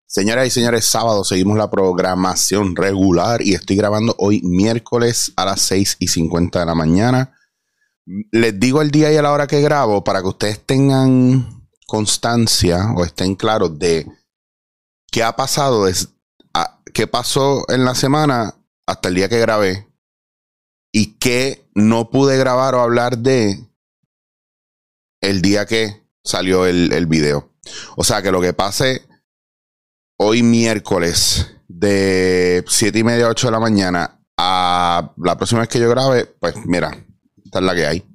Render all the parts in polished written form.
Señoras y señores, sábado seguimos la programación regular y estoy grabando hoy miércoles a las 6:50 de la mañana. Les digo el día y a la hora que grabo para que ustedes tengan constancia o estén claros de qué ha pasado, qué pasó en la semana hasta el día que grabé y qué no pude grabar o hablar de el día que salió el video. O sea que lo que pase hoy miércoles de 7:30 a 8 de la mañana a la próxima vez que yo grabe, pues mira, esta es la que hay.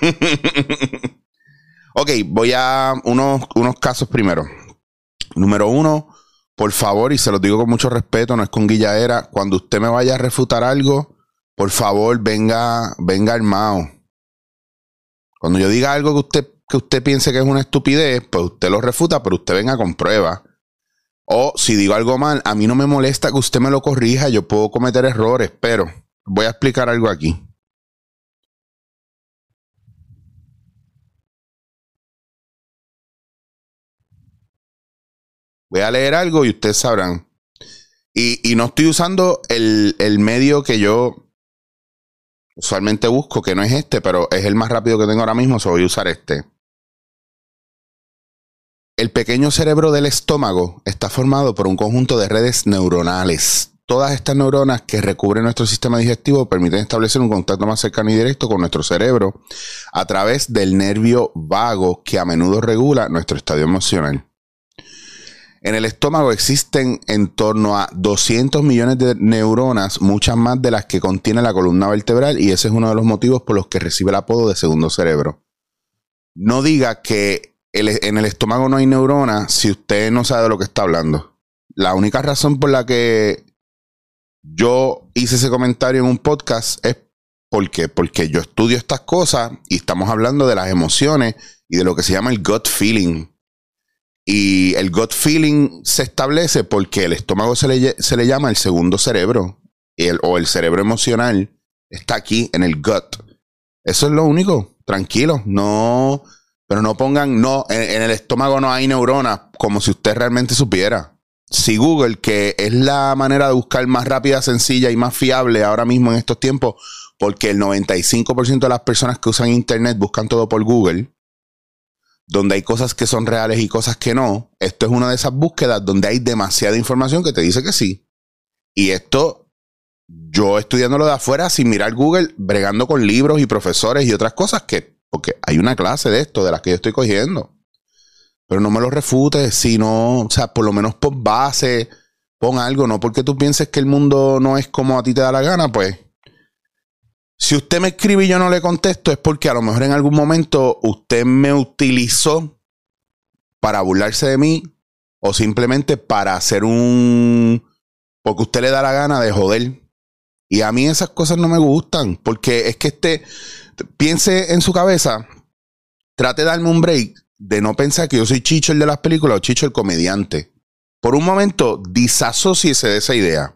Ok, voy a unos casos primero. Número uno, por favor, y se los digo con mucho respeto, no es con guilladera, cuando usted me vaya a refutar algo, por favor, venga armado. Cuando yo diga algo que usted piense que es una estupidez, pues usted lo refuta, pero usted venga con pruebas. O si digo algo mal, a mí no me molesta que usted me lo corrija, yo puedo cometer errores, pero voy a explicar algo aquí. Voy a leer algo y ustedes sabrán. Y no estoy usando el medio que yo usualmente busco, que no es este, pero es el más rápido que tengo ahora mismo, so voy a usar este. El pequeño cerebro del estómago está formado por un conjunto de redes neuronales. Todas estas neuronas que recubren nuestro sistema digestivo permiten establecer un contacto más cercano y directo con nuestro cerebro a través del nervio vago que a menudo regula nuestro estado emocional. En el estómago existen en torno a 200 millones de neuronas, muchas más de las que contiene la columna vertebral, y ese es uno de los motivos por los que recibe el apodo de segundo cerebro. No diga que en el estómago no hay neuronas si usted no sabe de lo que está hablando. La única razón por la que yo hice ese comentario en un podcast es porque yo estudio estas cosas y estamos hablando de las emociones y de lo que se llama el gut feeling. Y el gut feeling se establece porque el estómago se le llama el segundo cerebro o el cerebro emocional está aquí en el gut. Eso es lo único. Tranquilo, no, pero no pongan en el estómago no hay neuronas, como si usted realmente supiera. Si Google, que es la manera de buscar más rápida, sencilla y más fiable ahora mismo en estos tiempos, porque el 95% de las personas que usan internet buscan todo por Google, donde hay cosas que son reales y cosas que no. Esto es una de esas búsquedas donde hay demasiada información que te dice que sí. Y esto, yo estudiándolo de afuera sin mirar Google, bregando con libros y profesores y otras cosas porque hay una clase de esto, de las que yo estoy cogiendo. Pero no me lo refutes, sino, o sea, por lo menos por base, pon algo, no porque tú pienses que el mundo no es como a ti te da la gana, pues. Si usted me escribe y yo no le contesto es porque a lo mejor en algún momento usted me utilizó para burlarse de mí o simplemente para hacer porque usted le da la gana de joder. Y a mí esas cosas no me gustan porque es que piense en su cabeza, trate de darme un break de no pensar que yo soy Chicho el de las películas o Chicho el comediante. Por un momento, disasóciese de esa idea.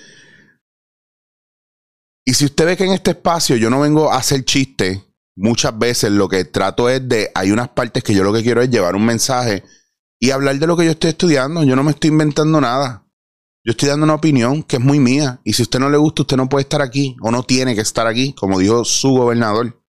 Y si usted ve que en este espacio yo no vengo a hacer chistes, muchas veces lo que trato es hay unas partes que yo lo que quiero es llevar un mensaje y hablar de lo que yo estoy estudiando. Yo no me estoy inventando nada. Yo estoy dando una opinión que es muy mía. Y si a usted no le gusta, usted no puede estar aquí o no tiene que estar aquí, como dijo su gobernador.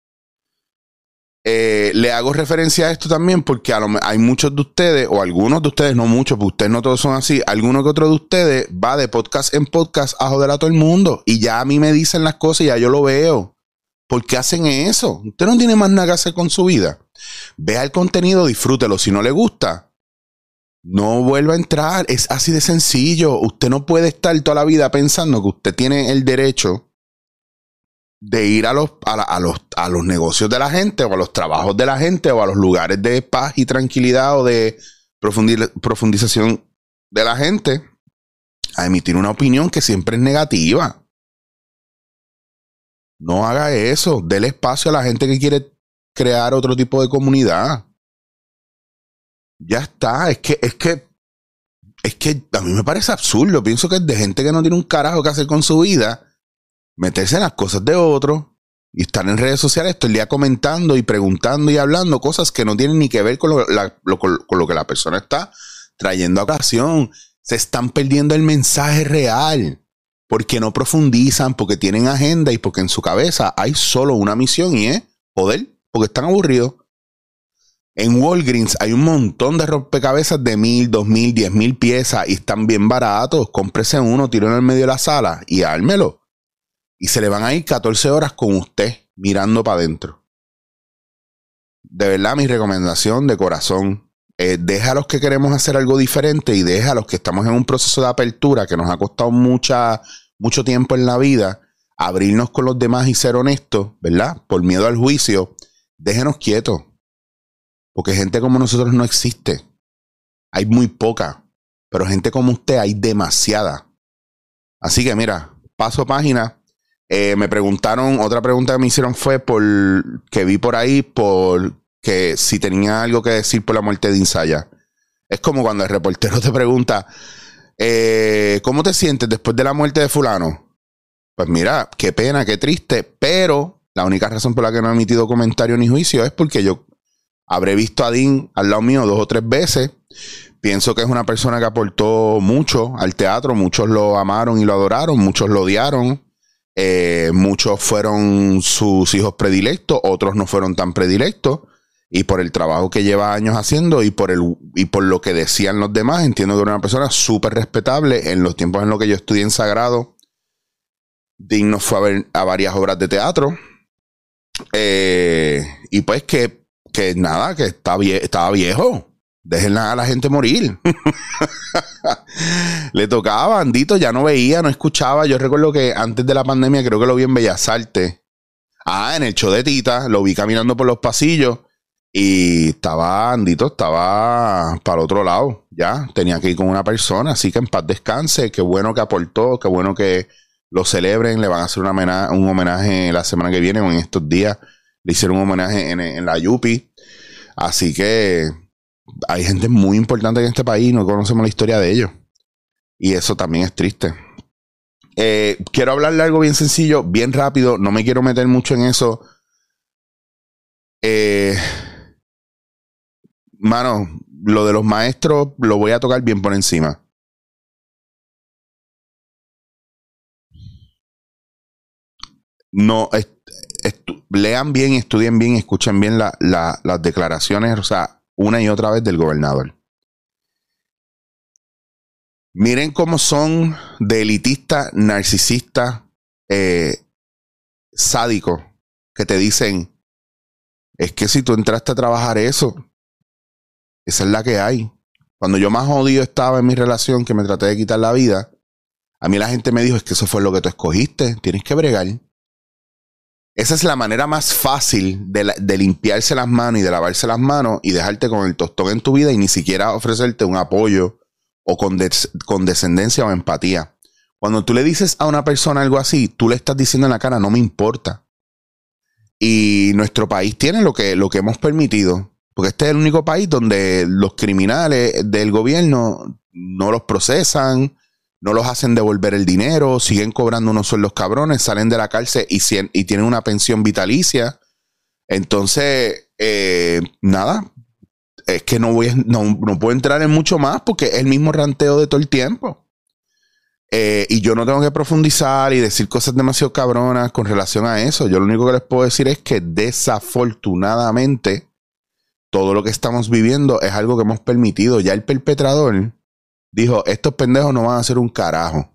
Le hago referencia a esto también porque hay muchos de ustedes, o algunos de ustedes, no muchos, porque ustedes no todos son así, alguno que otro de ustedes va de podcast en podcast a joder a todo el mundo y ya a mí me dicen las cosas y ya yo lo veo. ¿Por qué hacen eso? Usted no tiene más nada que hacer con su vida. Vea el contenido, disfrútelo. Si no le gusta, no vuelva a entrar. Es así de sencillo. Usted no puede estar toda la vida pensando que usted tiene el derecho de ir a los negocios de la gente o a los trabajos de la gente o a los lugares de paz y tranquilidad o de profundización de la gente a emitir una opinión que siempre es negativa. No haga eso. Dele espacio a la gente que quiere crear otro tipo de comunidad. Ya está. Es que a mí me parece absurdo. Pienso que es de gente que no tiene un carajo que hacer con su vida meterse en las cosas de otros y estar en redes sociales todo el día comentando y preguntando y hablando cosas que no tienen ni que ver con lo que la persona está trayendo a ocasión. Se están perdiendo el mensaje real. Porque no profundizan, porque tienen agenda y porque en su cabeza hay solo una misión y es joder, porque están aburridos. En Walgreens hay un montón de rompecabezas de 1,000, 2,000, 10,000 piezas y están bien baratos. Cómprese uno, tíralo en el medio de la sala y ármelo. Y se le van a ir 14 horas con usted mirando para adentro. De verdad, mi recomendación de corazón, deja a los que queremos hacer algo diferente y deja a los que estamos en un proceso de apertura que nos ha costado mucho tiempo en la vida, abrirnos con los demás y ser honestos, ¿verdad? Por miedo al juicio, déjenos quietos. Porque gente como nosotros no existe. Hay muy poca. Pero gente como usted hay demasiada. Así que mira, paso página. Me preguntaron, otra pregunta que me hicieron fue que vi por ahí, que si tenía algo que decir por la muerte de Insaya. Es como cuando el reportero te pregunta, ¿cómo te sientes después de la muerte de fulano? Pues mira, qué pena, qué triste, pero la única razón por la que no he emitido comentario ni juicio es porque yo habré visto a Dean al lado mío 2 o 3 veces. Pienso que es una persona que aportó mucho al teatro. Muchos lo amaron y lo adoraron. Muchos lo odiaron. Muchos fueron sus hijos predilectos. Otros no fueron tan predilectos. Y por el trabajo que lleva años haciendo y por lo que decían los demás, entiendo que era una persona súper respetable. En los tiempos en los que yo estudié en Sagrado, Dean nos fue a ver a varias obras de teatro. Y pues que nada, que estaba viejo. Déjenla a la gente morir. Le tocaba, bandito, ya no veía, no escuchaba. Yo recuerdo que antes de la pandemia creo que lo vi en Bellas Artes. En el show de Tita, lo vi caminando por los pasillos y estaba para el otro lado. Ya, tenía que ir con una persona, así que en paz descanse. Qué bueno que aportó, qué bueno que lo celebren. Le van a hacer un homenaje la semana que viene o en estos días. Le hicieron un homenaje en la Yupi. Así que hay gente muy importante en este país, no conocemos la historia de ellos. Y eso también es triste. Quiero hablarle algo bien sencillo, bien rápido. No me quiero meter mucho en eso. Mano, lo de los maestros lo voy a tocar bien por encima. No, lean bien, estudien bien, escuchen bien las declaraciones, o sea, una y otra vez del gobernador. Miren cómo son de elitistas, narcisistas, sádicos, que te dicen, es que si tú entraste a trabajar eso, esa es la que hay. Cuando yo más odio estaba en mi relación, que me traté de quitar la vida, a mí la gente me dijo, es que eso fue lo que tú escogiste, tienes que bregar. Esa es la manera más fácil de limpiarse las manos y de lavarse las manos y dejarte con el tostón en tu vida y ni siquiera ofrecerte un apoyo o condescendencia o empatía. Cuando tú le dices a una persona algo así, tú le estás diciendo en la cara, no me importa. Y nuestro país tiene lo que hemos permitido, porque este es el único país donde los criminales del gobierno no los procesan, no los hacen devolver el dinero, siguen cobrando unos sueldos cabrones, salen de la cárcel y tienen una pensión vitalicia. Entonces, nada, es que no puedo entrar en mucho más porque es el mismo ranteo de todo el tiempo. Y yo no tengo que profundizar y decir cosas demasiado cabronas con relación a eso. Yo lo único que les puedo decir es que desafortunadamente todo lo que estamos viviendo es algo que hemos permitido. Ya el perpetrador dijo, estos pendejos no van a hacer un carajo.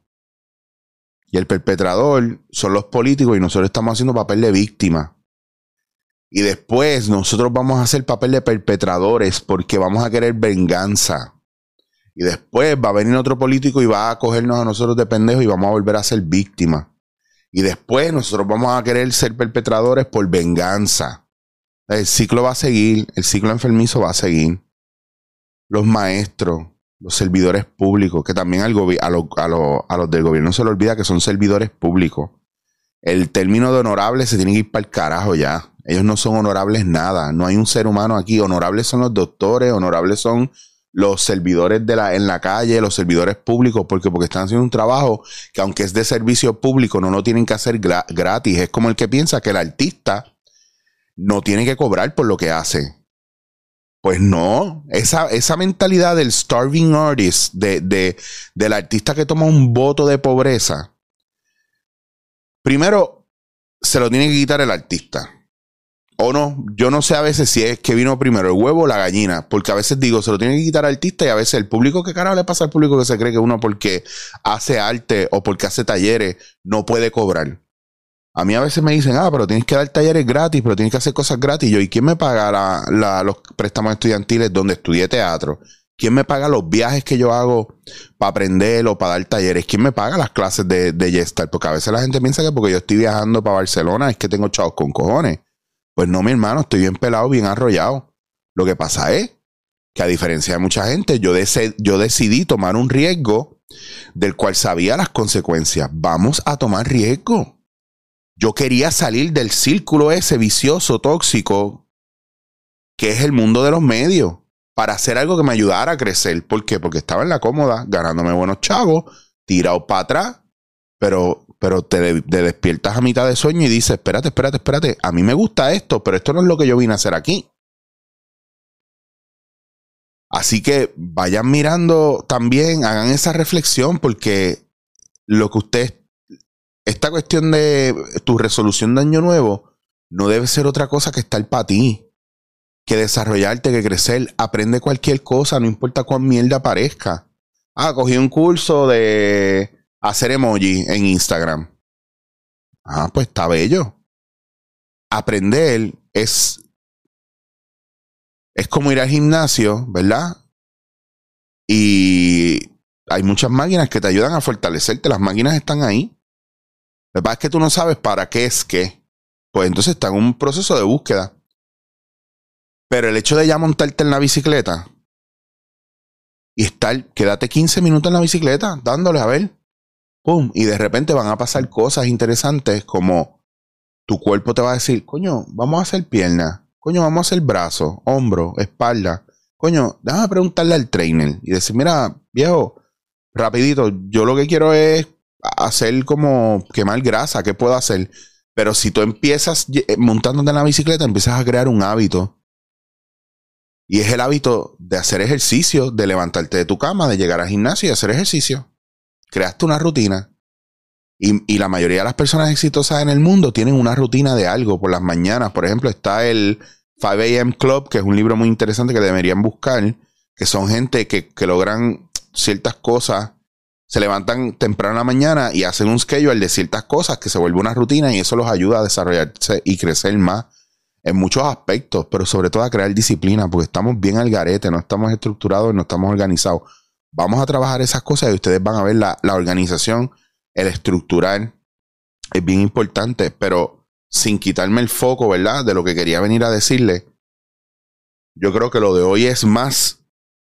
Y el perpetrador son los políticos y nosotros estamos haciendo papel de víctima. Y después nosotros vamos a hacer papel de perpetradores porque vamos a querer venganza. Y después va a venir otro político y va a cogernos a nosotros de pendejos y vamos a volver a ser víctimas. Y después nosotros vamos a querer ser perpetradores por venganza. El ciclo va a seguir, el ciclo enfermizo va a seguir. Los maestros, los servidores públicos, que también a los del gobierno se les olvida que son servidores públicos. El término de honorable se tiene que ir para el carajo ya. Ellos no son honorables nada. No hay un ser humano aquí. Honorables son los doctores, honorables son los servidores en la calle, los servidores públicos, porque están haciendo un trabajo que aunque es de servicio público, no lo tienen que hacer gratis. Es como el que piensa que el artista no tiene que cobrar por lo que hace. Pues no, esa mentalidad del starving artist, del artista que toma un voto de pobreza, primero se lo tiene que quitar el artista. O no, yo no sé a veces si es que vino primero el huevo o la gallina, porque a veces digo, se lo tiene que quitar al artista y a veces el público, ¿qué carajo le pasa al público que se cree que uno porque hace arte o porque hace talleres no puede cobrar? A mí a veces me dicen, pero tienes que dar talleres gratis, pero tienes que hacer cosas gratis. Y yo, ¿y quién me paga los préstamos estudiantiles donde estudié teatro? ¿Quién me paga los viajes que yo hago para aprender o para dar talleres? ¿Quién me paga las clases de Gestalt? Porque a veces la gente piensa que porque yo estoy viajando para Barcelona es que tengo chavos con cojones. Pues no, mi hermano, estoy bien pelado, bien arrollado. Lo que pasa es que a diferencia de mucha gente, yo decidí tomar un riesgo del cual sabía las consecuencias. Vamos a tomar riesgo. Yo quería salir del círculo ese vicioso, tóxico, que es el mundo de los medios, para hacer algo que me ayudara a crecer. ¿Por qué? Porque estaba en la cómoda, ganándome buenos chavos, tirado para atrás, pero te despiertas a mitad de sueño y dices, espérate, a mí me gusta esto, pero esto no es lo que yo vine a hacer aquí. Así que vayan mirando también, hagan esa reflexión, porque lo que esta cuestión de tu resolución de año nuevo no debe ser otra cosa que estar para ti, que desarrollarte, que crecer. Aprende cualquier cosa, no importa cuán mierda parezca. Cogí un curso de hacer emoji en Instagram. Pues está bello. Aprender es como ir al gimnasio, ¿verdad? Y hay muchas máquinas que te ayudan a fortalecerte. Las máquinas están ahí. Lo que pasa es que tú no sabes para qué es qué. Pues entonces está en un proceso de búsqueda. Pero el hecho de ya montarte en la bicicleta y quédate 15 minutos en la bicicleta dándole a ver. ¡Pum! Y de repente van a pasar cosas interesantes como tu cuerpo te va a decir, coño, vamos a hacer piernas, coño, vamos a hacer brazos, hombros, espalda. Coño, déjame preguntarle al trainer y decir, mira, viejo, rapidito, yo lo que quiero es hacer como quemar grasa, ¿qué puedo hacer? Pero si tú empiezas montándote en la bicicleta, empiezas a crear un hábito. Y es el hábito de hacer ejercicio, de levantarte de tu cama, de llegar al gimnasio y hacer ejercicio. Creaste una rutina. Y la mayoría de las personas exitosas en el mundo tienen una rutina de algo por las mañanas. Por ejemplo, está el 5 a.m. Club, que es un libro muy interesante que deberían buscar, que son gente que logran ciertas cosas, se levantan temprano en la mañana y hacen un schedule de ciertas cosas que se vuelve una rutina y eso los ayuda a desarrollarse y crecer más en muchos aspectos, pero sobre todo a crear disciplina, porque estamos bien al garete, no estamos estructurados, no estamos organizados. Vamos a trabajar esas cosas y ustedes van a ver la organización, el estructurar es bien importante, pero sin quitarme el foco, ¿verdad? De lo que quería venir a decirle. Yo creo que lo de hoy es más,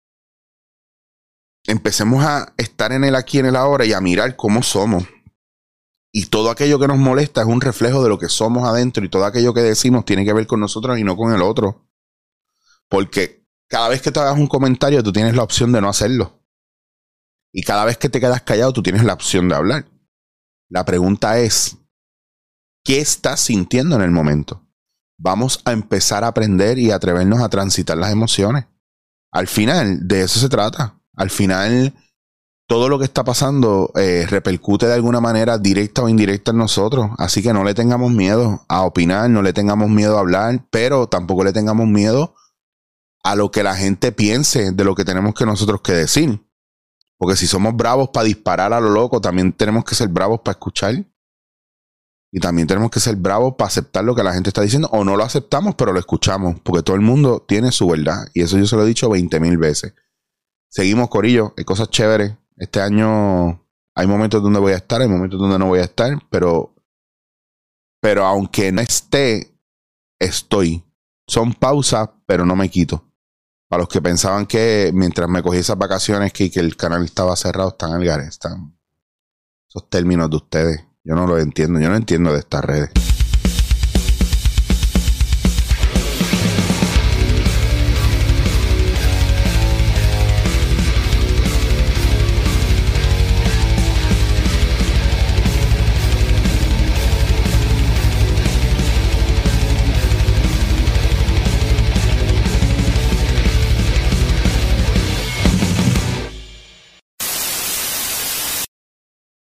empecemos a estar en el aquí, en el ahora y a mirar cómo somos. Y todo aquello que nos molesta es un reflejo de lo que somos adentro y todo aquello que decimos tiene que ver con nosotros y no con el otro. Porque cada vez que te hagas un comentario tú tienes la opción de no hacerlo. Y cada vez que te quedas callado tú tienes la opción de hablar. La pregunta es, ¿qué estás sintiendo en el momento? Vamos a empezar a aprender y atrevernos a transitar las emociones. Al final, de eso se trata. Al final, todo lo que está pasando repercute de alguna manera directa o indirecta en nosotros. Así que no le tengamos miedo a opinar, no le tengamos miedo a hablar, pero tampoco le tengamos miedo a lo que la gente piense de lo que tenemos que nosotros que decir. Porque si somos bravos para disparar a lo loco, también tenemos que ser bravos para escuchar. Y también tenemos que ser bravos para aceptar lo que la gente está diciendo. O no lo aceptamos, pero lo escuchamos. Porque todo el mundo tiene su verdad. Y eso yo se lo he dicho 20,000 veces. Seguimos, corillo. Hay cosas chéveres. Este año hay momentos donde voy a estar, hay momentos donde no voy a estar. Pero aunque no esté, estoy. Son pausas, pero no me quito. Para los que pensaban que mientras me cogí esas vacaciones que el canal estaba cerrado, están al garete. Están esos términos de ustedes. Yo no los entiendo. Yo no entiendo de estas redes.